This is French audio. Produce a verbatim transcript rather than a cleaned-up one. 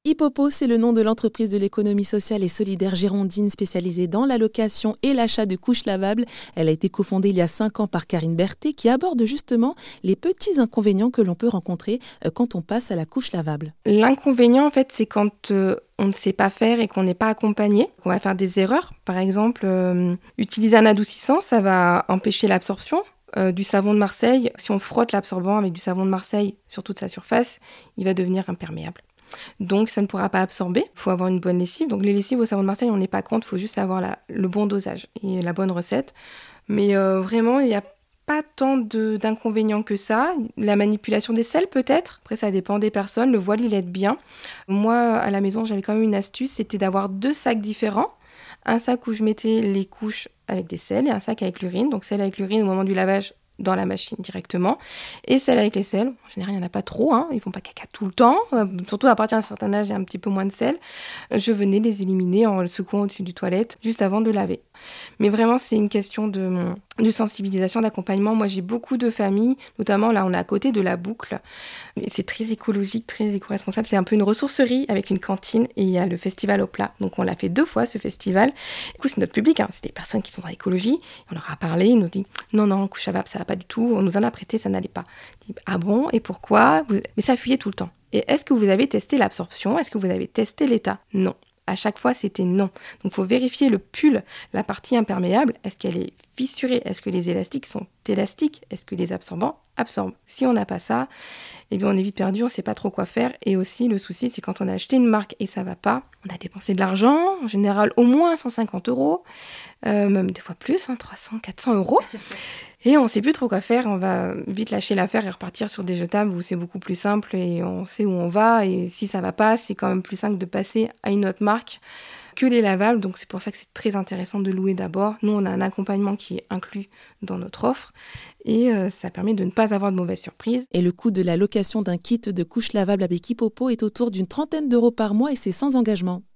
Hippopo, c'est le nom de l'entreprise de l'économie sociale et solidaire girondine spécialisée dans la location et l'achat de couches lavables. Elle a été cofondée il y a cinq ans par Karine Berthet qui aborde justement les petits inconvénients que l'on peut rencontrer quand on passe à la couche lavable. L'inconvénient, en fait, c'est quand euh, on ne sait pas faire et qu'on n'est pas accompagné, qu'on va faire des erreurs. Par exemple, euh, utiliser un adoucissant, ça va empêcher l'absorption. Euh, du savon de Marseille, si on frotte l'absorbant avec du savon de Marseille sur toute sa surface, il va devenir imperméable. Donc, ça ne pourra pas absorber. Il faut avoir une bonne lessive. Donc, les lessives au savon de Marseille, on n'est pas contre. Il faut juste avoir la, le bon dosage et la bonne recette. Mais euh, vraiment, il n'y a pas tant de, d'inconvénients que ça. La manipulation des selles, peut-être. Après, ça dépend des personnes. Le voile, il aide bien. Moi, à la maison, j'avais quand même une astuce. C'était d'avoir deux sacs différents. Un sac où je mettais les couches avec des selles et un sac avec l'urine. Donc, celle avec l'urine au moment du lavage, dans la machine directement, et celle avec les selles. En général, il n'y en a pas trop, hein. Ils ne font pas caca tout le temps, euh, surtout à partir d'un certain âge, il y a un petit peu moins de sel. Je venais les éliminer en le secouant au-dessus du toilette, juste avant de laver. Mais vraiment, c'est une question de, de sensibilisation, d'accompagnement. Moi, j'ai beaucoup de familles, notamment là, on est à côté de la boucle, et c'est très écologique, très éco-responsable. C'est un peu une ressourcerie avec une cantine, et il y a le festival au plat. Donc, on l'a fait deux fois, ce festival. Du coup, c'est notre public, hein. C'est des personnes qui sont dans l'écologie. On leur a parlé, ils nous disent « Non, non, couche lavable, ça va pas du tout. On nous en a prêté, ça n'allait pas. » Ah bon, et pourquoi? Mais ça fuyait tout le temps. Et est-ce que vous avez testé l'absorption? Est-ce que vous avez testé l'état? Non. À chaque fois, c'était non. Donc, il faut vérifier le pull, la partie imperméable. Est-ce qu'elle est fissurée? Est-ce que les élastiques sont élastiques? Est-ce que les absorbants absorbent? Si on n'a pas ça, eh bien, on est vite perdu, on ne sait pas trop quoi faire. Et aussi, le souci, c'est quand on a acheté une marque et ça ne va pas, on a dépensé de l'argent, en général au moins cent cinquante euros, euh, même des fois plus, hein, trois cents, quatre cents euros. Et on ne sait plus trop quoi faire, on va vite lâcher l'affaire et repartir sur des jetables où c'est beaucoup plus simple et on sait où on va. Et si ça ne va pas, c'est quand même plus simple de passer à une autre marque que les lavables. Donc c'est pour ça que c'est très intéressant de louer d'abord. Nous, on a un accompagnement qui est inclus dans notre offre et euh, ça permet de ne pas avoir de mauvaises surprises. Et le coût de la location d'un kit de couches lavables avec Hippopo est autour d'une trentaine d'euros par mois et c'est sans engagement.